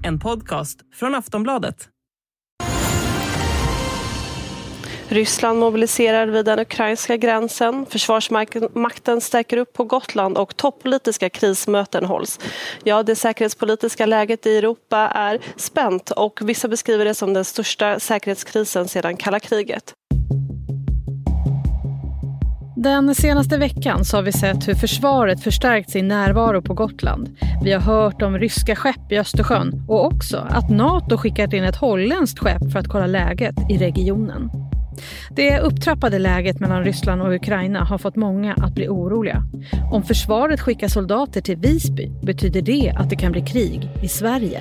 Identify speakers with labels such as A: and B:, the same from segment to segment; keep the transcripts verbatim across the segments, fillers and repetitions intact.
A: en podcast från Aftonbladet.
B: Ryssland mobiliserar vid den ukrainska gränsen. Försvarsmakten stärker upp på Gotland och toppolitiska krismöten hålls. Ja, det säkerhetspolitiska läget i Europa är spänt och vissa beskriver det som den största säkerhetskrisen sedan kalla kriget.
C: Den senaste veckan så har vi sett hur försvaret förstärkt sin närvaro på Gotland. Vi har hört om ryska skepp i Östersjön och också att NATO skickat in ett holländskt skepp för att kolla läget i regionen. Det upptrappade läget mellan Ryssland och Ukraina har fått många att bli oroliga. Om försvaret skickar soldater till Visby betyder det att det kan bli krig i Sverige.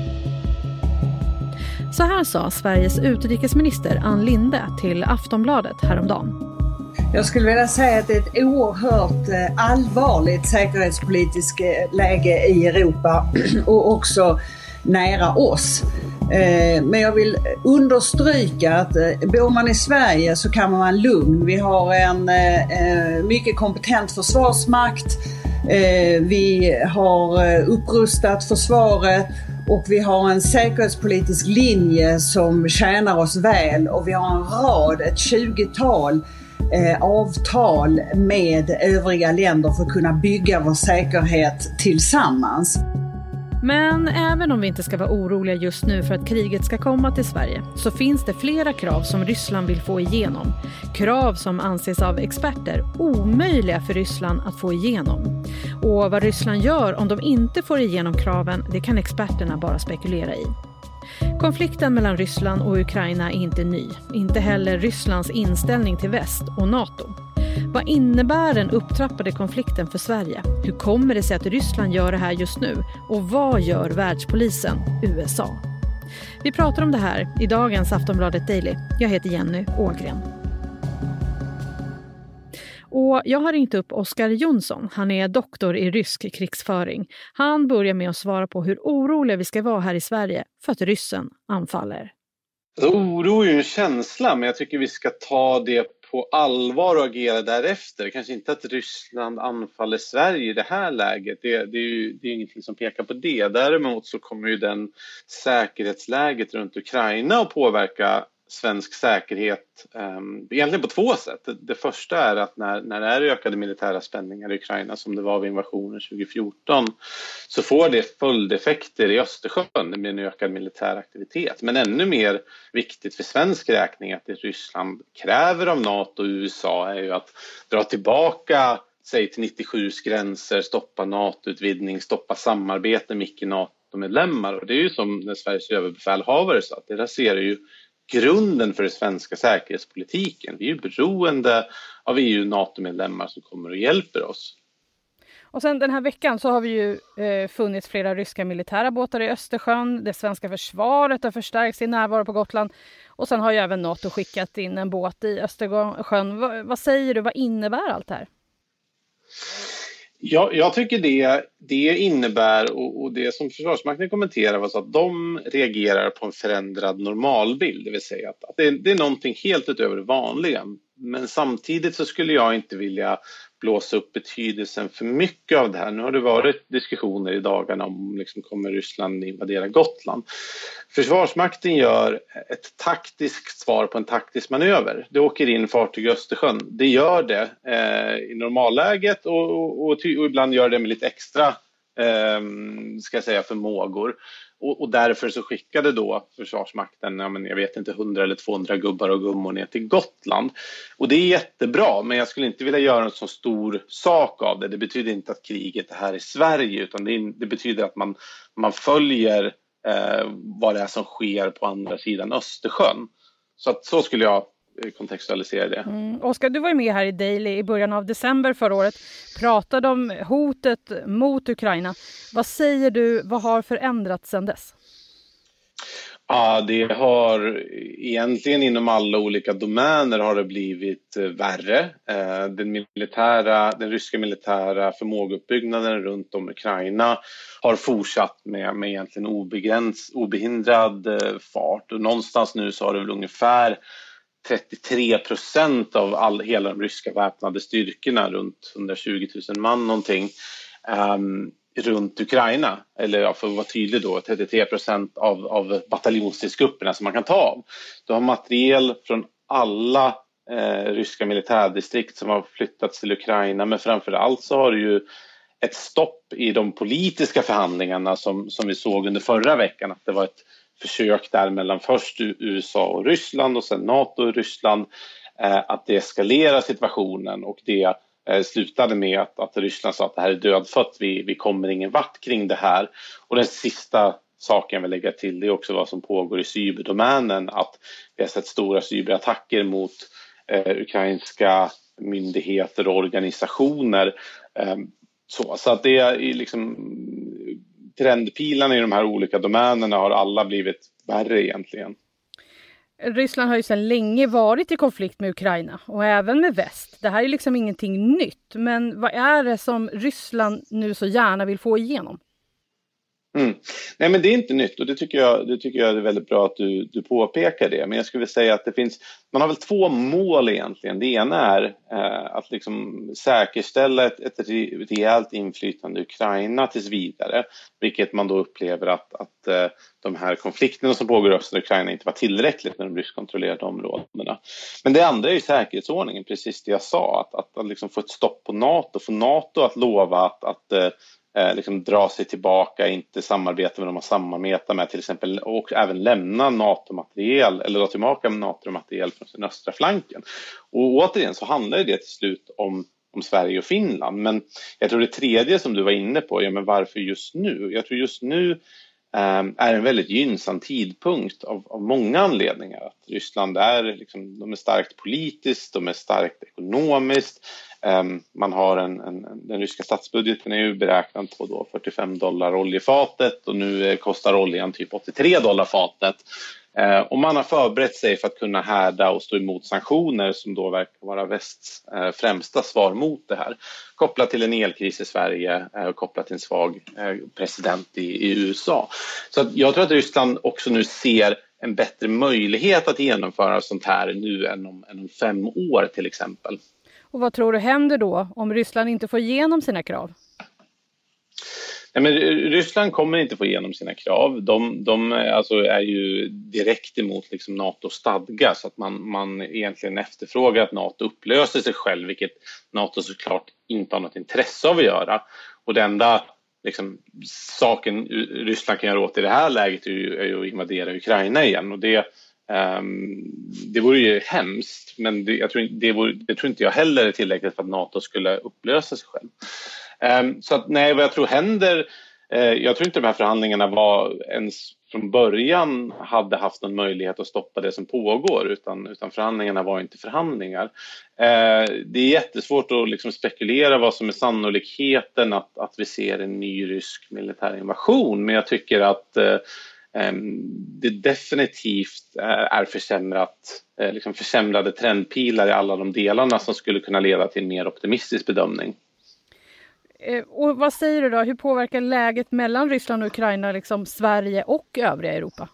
C: Så här sa Sveriges utrikesminister Ann Linde till Aftonbladet häromdagen.
D: Jag skulle vilja säga att det är ett oerhört allvarligt säkerhetspolitiskt läge i Europa och också nära oss. Men jag vill understryka att bor man i Sverige så kan man vara lugn. Vi har en mycket kompetent försvarsmakt. Vi har upprustat försvaret och vi har en säkerhetspolitisk linje som tjänar oss väl. Och vi har en rad, ett tjugotal avtal med övriga länder för att kunna bygga vår säkerhet tillsammans.
C: Men även om vi inte ska vara oroliga just nu för att kriget ska komma till Sverige så finns det flera krav som Ryssland vill få igenom. Krav som anses av experter omöjliga för Ryssland att få igenom. Och vad Ryssland gör om de inte får igenom kraven, det kan experterna bara spekulera i. Konflikten mellan Ryssland och Ukraina är inte ny. Inte heller Rysslands inställning till väst och NATO. Vad innebär den upptrappade konflikten för Sverige? Hur kommer det sig att Ryssland gör det här just nu? Och vad gör världspolisen, U S A? Vi pratar om det här i dagens Aftonbladet Daily. Jag heter Jenny Ågren. Och jag har ringt upp Oskar Jonsson. Han är doktor i rysk krigsföring. Han börjar med att svara på hur oroliga vi ska vara här i Sverige för att ryssen anfaller.
E: Oro är ju en känsla, men jag tycker vi ska ta det på allvar och agera därefter. Kanske inte att Ryssland anfaller Sverige i det här läget. Det, det är ju det är ingenting som pekar på det. Däremot så kommer ju den säkerhetsläget runt Ukraina att påverka svensk säkerhet um, egentligen på två sätt. Det, det första är att när, när det är ökade militära spänningar i Ukraina som det var vid invasionen tjugo fjorton så får det följdeffekter i Östersjön. Det blir en ökad militär aktivitet. Men ännu mer viktigt för svensk räkning att det Ryssland kräver av NATO och U S A är ju att dra tillbaka sig till nittiosju:s gränser, stoppa NATO-utvidgning, stoppa samarbete med icke-NATO-medlemmar. Och det är ju som när Sveriges överbefälhavare sa att det raserar ju grunden för den svenska säkerhetspolitiken. Vi är ju beroende av E U och NATO-medlemmar som kommer och hjälper oss.
C: Och sen den här veckan så har vi ju eh, funnits flera ryska militära båtar i Östersjön. Det svenska försvaret har förstärkt sin närvaro på Gotland. Och sen har ju även NATO skickat in en båt i Östersjön. Va, vad säger du? Vad innebär allt det här?
E: Ja, jag tycker det, det innebär, och, och det som Försvarsmakten kommenterar var så att de reagerar på en förändrad normalbild. Det vill säga att, att det, det är någonting helt utöver det vanliga. Men samtidigt så skulle jag inte vilja blåsa upp betydelsen för mycket av det här. Nu har det varit diskussioner i dagarna om liksom kommer Ryssland invadera Gotland. Försvarsmakten gör ett taktiskt svar på en taktisk manöver. Det åker in fartyg i Östersjön. Det gör det eh, i normalläget och, och, och, och ibland gör det med lite extra eh, ska jag säga, förmågor. Och, och därför så skickade då Försvarsmakten, ja, men jag vet inte, hundra eller tvåhundra gubbar och gummor ner till Gotland. Och det är jättebra, men jag skulle inte vilja göra en så stor sak av det. Det betyder inte att kriget är här i Sverige, utan det, det betyder att man, man följer eh, vad det är som sker på andra sidan Östersjön. Så att så skulle jag kontextualisera det.
C: Mm. Oskar, du var ju med här i Daily i början av december förra året. Pratade om hotet mot Ukraina. Vad säger du, vad har förändrats sedan dess?
E: Ja, det har egentligen inom alla olika domäner har det blivit värre. Den militära, den ryska militära förmågeuppbyggnaden runt om Ukraina har fortsatt med, med egentligen obegräns, obehindrad fart. Och någonstans nu så har det väl ungefär trettiotre procent av all, hela de ryska väpnade styrkorna, runt hundratjugo tusen man någonting, um, runt Ukraina, eller ja, för att vara tydlig då, trettiotre procent av, av bataljonsstridsgrupperna som man kan ta av. Du har materiel från alla eh, ryska militärdistrikt som har flyttats till Ukraina, men framförallt så har du ju ett stopp i de politiska förhandlingarna som, som vi såg under förra veckan, att det var ett försök där mellan först U S A och Ryssland och sen NATO och Ryssland eh, att deeskalera situationen, och det eh, slutade med att, att Ryssland sa att det här är dödfött, vi, vi kommer ingen vart kring det här. Och den sista saken jag vill lägga till, det är också vad som pågår i cyberdomänen, att vi har sett stora cyberattacker mot eh, ukrainska myndigheter och organisationer. Eh, så, så att det är liksom trendpilarna i de här olika domänerna har alla blivit värre egentligen.
C: Ryssland har ju sedan länge varit i konflikt med Ukraina och även med väst. Det här är liksom ingenting nytt, men vad är det som Ryssland nu så gärna vill få igenom?
E: Mm. Nej, men det är inte nytt, och det tycker jag, det tycker jag är väldigt bra att du, du påpekar det. Men jag skulle säga att det finns, man har väl två mål egentligen. Det ena är eh, att liksom säkerställa ett, ett rejält inflytande i Ukraina tills vidare, vilket man då upplever att, att eh, de här konflikterna som pågår i östra Ukraina inte var tillräckligt med de ryskkontrollerade områdena. Men det andra är ju säkerhetsordningen, precis det jag sa, att, att, att liksom få ett stopp på NATO, få NATO att lova att, att eh, Eh, liksom dra sig tillbaka, inte samarbeta med dem att samarbeta med till exempel, och även lämna NATO-materiel eller dra tillbaka med NATO-materiel från sin östra flanken. Och återigen så handlar det till slut om, om Sverige och Finland. Men jag tror det tredje som du var inne på, ja, men varför just nu? Jag tror just nu eh, är en väldigt gynnsam tidpunkt av, av många anledningar. Att Ryssland är, liksom, de är starkt politiskt, de är starkt ekonomiskt. Um, man har en, en, den ryska statsbudgeten är ju beräknad på då fyrtiofem dollar oljefatet, och nu eh, kostar oljan typ åttiotre dollar fatet. Uh, och man har förberett sig för att kunna härda och stå emot sanktioner som då verkar vara västs uh, främsta svar mot det här. Kopplat till en elkris i Sverige uh, och kopplat till en svag uh, president i, i U S A. Så att jag tror att Ryssland också nu ser en bättre möjlighet att genomföra sånt här nu än om, än om fem år till exempel.
C: Och vad tror du händer då om Ryssland inte får igenom sina krav?
E: Nej, men Ryssland kommer inte få igenom sina krav. De, de alltså är ju direkt emot liksom NATOs stadga, så att man, man egentligen efterfrågar att NATO upplöser sig själv, vilket NATO såklart inte har något intresse av att göra. Och det enda liksom, saken Ryssland kan göra åt i det här läget är ju, är ju att invadera Ukraina igen, och det Um, det vore ju hemskt, men det, jag, tror, det, vore, det tror inte jag heller är tillräckligt för att NATO skulle upplösa sig själv. Um, så att nej, vad jag tror händer, uh, jag tror inte de här förhandlingarna var ens från början hade haft någon möjlighet att stoppa det som pågår, utan, utan förhandlingarna var inte förhandlingar. Uh, det är jättesvårt att liksom spekulera vad som är sannolikheten att, att vi ser en ny rysk militär invasion, men jag tycker att uh, det definitivt är försämrat, liksom försämrade trendpilar i alla de delarna som skulle kunna leda till en mer optimistisk bedömning.
C: Och vad säger du då? Hur påverkar läget mellan Ryssland och Ukraina liksom Sverige och övriga Europa?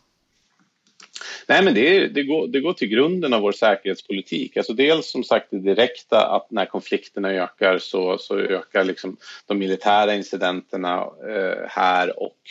E: Nej, men det, det, går, det går till grunden av vår säkerhetspolitik. Alltså dels som sagt det direkta, att när konflikterna ökar så, så ökar liksom de militära incidenterna eh, här, och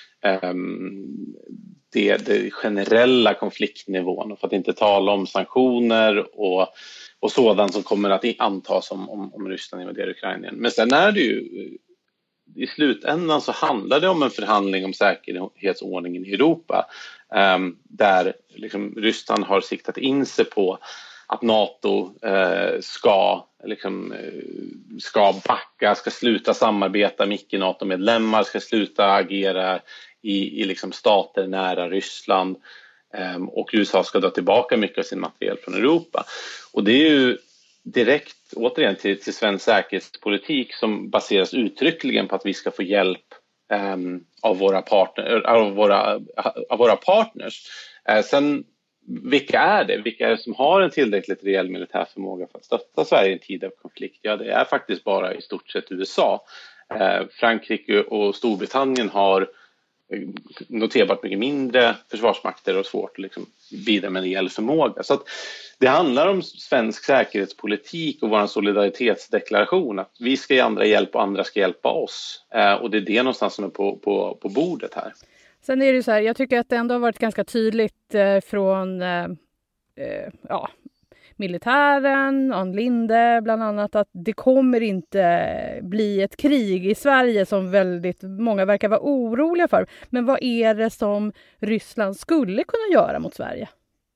E: Det, det generella konfliktnivån, och för att inte tala om sanktioner och, och sådant som kommer att antas om, om, om Ryssland invaderar Ukraina. Men sen är det ju i slutändan så handlar det om en förhandling om säkerhetsordningen i Europa, um, där liksom Ryssland har siktat in sig på att NATO eh, ska, liksom, eh, ska backa, ska sluta samarbeta med icke-NATO-medlemmar, ska sluta agera i, i liksom stater nära Ryssland, eh, och U S A ska dra tillbaka mycket av sin materiel från Europa. Och det är ju direkt återigen till, till svensk säkerhetspolitik som baseras uttryckligen på att vi ska få hjälp eh, av, våra partner, av, våra, av våra partners. Eh, sen Vilka är det? Vilka är det som har en tillräckligt rejäl militär förmåga för att stötta Sverige i en tid av konflikt? Ja, det är faktiskt bara i stort sett U S A. Eh, Frankrike och Storbritannien har noterbart mycket mindre försvarsmakter och svårt att liksom bidra med rejäl förmåga. Så att det handlar om svensk säkerhetspolitik och vår solidaritetsdeklaration, att vi ska ge andra hjälp och andra ska hjälpa oss. Och det är det någonstans som är på, på, på bordet här.
C: Sen är det så här, jag tycker att det ändå har varit ganska tydligt eh, från eh, ja, militären, Ann Linde bland annat, att det kommer inte bli ett krig i Sverige som väldigt många verkar vara oroliga för. Men vad är det som Ryssland skulle kunna göra mot Sverige?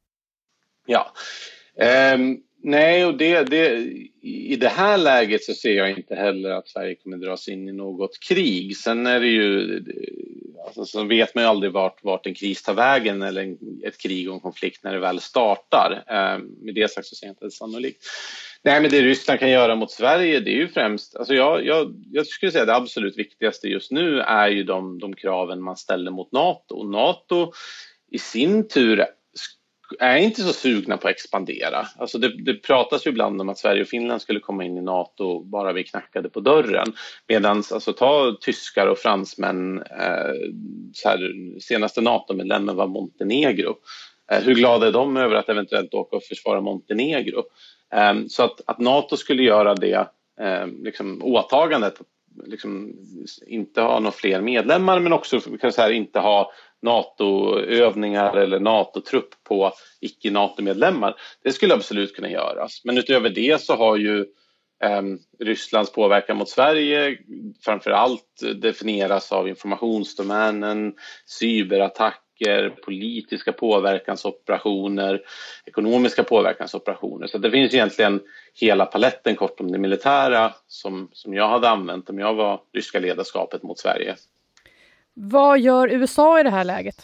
E: Ja, um, nej och det, det, i det här läget så ser jag inte heller att Sverige kommer dras in i något krig. Sen är det ju, alltså, så vet man ju aldrig vart, vart en kris tar vägen eller en, ett krig och en konflikt när det väl startar. Um, med det sagt så ser jag inte det sannolikt. Nej, men det Ryssland kan göra mot Sverige, det är ju främst, alltså jag, jag, jag skulle säga det absolut viktigaste just nu är ju de, de kraven man ställer mot NATO. Och NATO i sin tur är inte så sugna på att expandera. Alltså det, det pratas ju ibland om att Sverige och Finland skulle komma in i NATO bara vi knackade på dörren. Medan alltså, ta tyskar och fransmän, eh, så här, senaste NATO-medlemmen var Montenegro. Eh, hur glada är de över att eventuellt åka och försvara Montenegro? Eh, så att, att NATO skulle göra det eh, liksom, åtagandet, liksom, inte ha några fler medlemmar men också kan säga, inte ha NATO-övningar eller NATO-trupp på icke-NATO-medlemmar. Det skulle absolut kunna göras. Men utöver det så har ju eh, Rysslands påverkan mot Sverige framförallt definieras av informationsdomänen, cyberattacker, politiska påverkansoperationer, ekonomiska påverkansoperationer. Så det finns egentligen hela paletten kort om det militära som, som jag hade använt om jag var ryska ledarskapet mot Sverige.
C: Vad gör U S A i det här läget?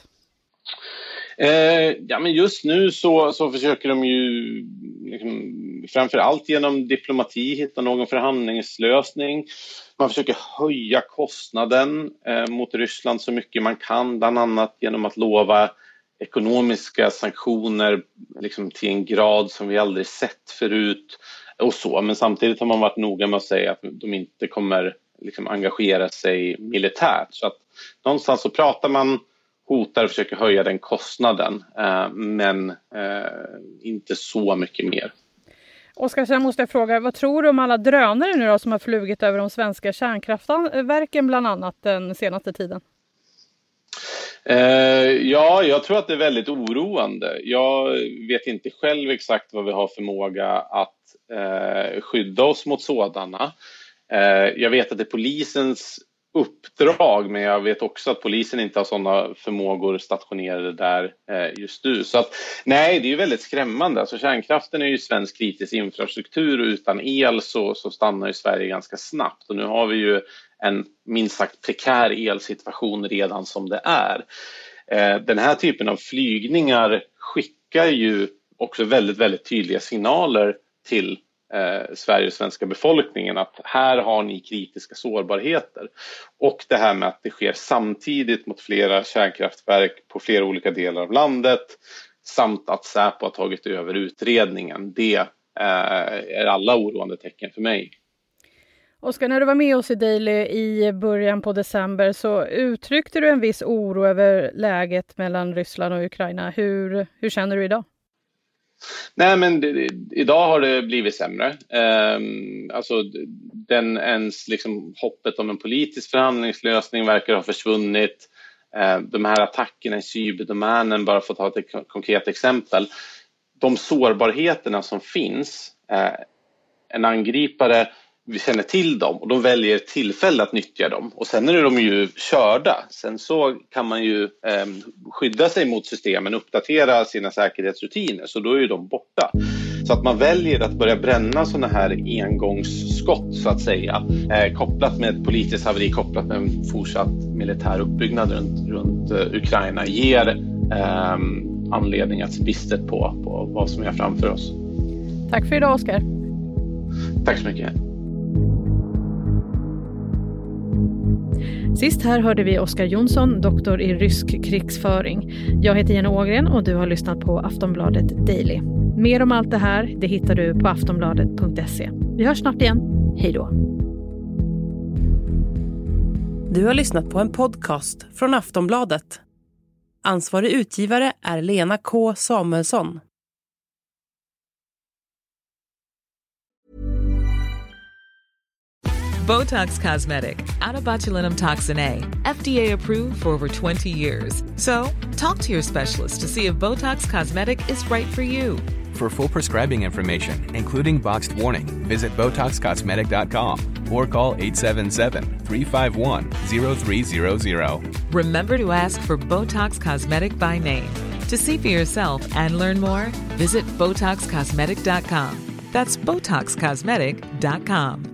E: Eh, ja, men just nu så, så försöker de ju liksom, framförallt genom diplomati hitta någon förhandlingslösning. Man försöker höja kostnaden eh, mot Ryssland så mycket man kan, bland annat genom att lova ekonomiska sanktioner liksom, till en grad som vi aldrig sett förut och så. Men samtidigt har man varit noga med att säga att de inte kommer liksom, engagera sig militärt. Så att någonstans så pratar man, hotar och försöker höja den kostnaden, eh, men eh, inte så mycket mer.
C: Oskar, sen måste jag fråga, vad tror du om alla drönare nu då, som har flugit över de svenska kärnkraftverken bland annat den senaste tiden?
E: Eh, ja, jag tror att det är väldigt oroande. Jag vet inte själv exakt vad vi har förmåga att eh, skydda oss mot sådana. Eh, jag vet att det är polisens uppdrag, men jag vet också att polisen inte har sådana förmågor stationerade där eh, just nu. Så att, nej, det är ju väldigt skrämmande. Alltså, kärnkraften är ju svensk kritisk infrastruktur och utan el så, så stannar ju Sverige ganska snabbt. Och nu har vi ju en minst sagt prekär elsituation redan som det är. Eh, den här typen av flygningar skickar ju också väldigt, väldigt tydliga signaler till Eh, Sverige och svenska befolkningen att här har ni kritiska sårbarheter. Och det här med att det sker samtidigt mot flera kärnkraftverk på flera olika delar av landet samt att Säpo har tagit över utredningen, det eh, är alla oroande tecken för mig.
C: Oskar, när du var med oss i Daily i början på december så uttryckte du en viss oro över läget mellan Ryssland och Ukraina. Hur, hur känner du idag?
E: Nej, men det, idag har det blivit sämre. Um, alltså den ens liksom, hoppet om en politisk förhandlingslösning verkar ha försvunnit. Uh, de här attackerna i cyberdomänen, bara för att ta ett konkret exempel. De sårbarheterna som finns, uh, en angripare, vi känner till dem och de väljer tillfälle att nyttja dem. Och sen är de ju körda. Sen så kan man ju eh, skydda sig mot systemen, uppdatera sina säkerhetsrutiner. Så då är ju de borta. Så att man väljer att börja bränna såna här engångsskott så att säga. Eh, kopplat med ett politiskt haveri, kopplat med en fortsatt militär uppbyggnad runt, runt uh, Ukraina. Ger eh, anledning att se bistert på, på vad som är framför oss.
C: Tack för idag, Oskar.
E: Tack så mycket.
C: Sist här hörde vi Oskar Jonsson, doktor i rysk krigsföring. Jag heter Jenny Ågren och du har lyssnat på Aftonbladet Daily. Mer om allt det här, det hittar du på aftonbladet punkt se. Vi hörs snart igen. Hej då!
A: Du har lyssnat på en podcast från Aftonbladet. Ansvarig utgivare är Lena K. Samuelsson.
F: Botox Cosmetic, out of botulinum toxin A, F D A approved for over twenty years. So, talk to your specialist to see if Botox Cosmetic is right for you.
G: For full prescribing information, including boxed warning, visit Botox Cosmetic dot com or call eight seven seven, three five one, zero three zero zero.
F: Remember to ask for Botox Cosmetic by name. To see for yourself and learn more, visit Botox Cosmetic dot com. That's Botox Cosmetic dot com.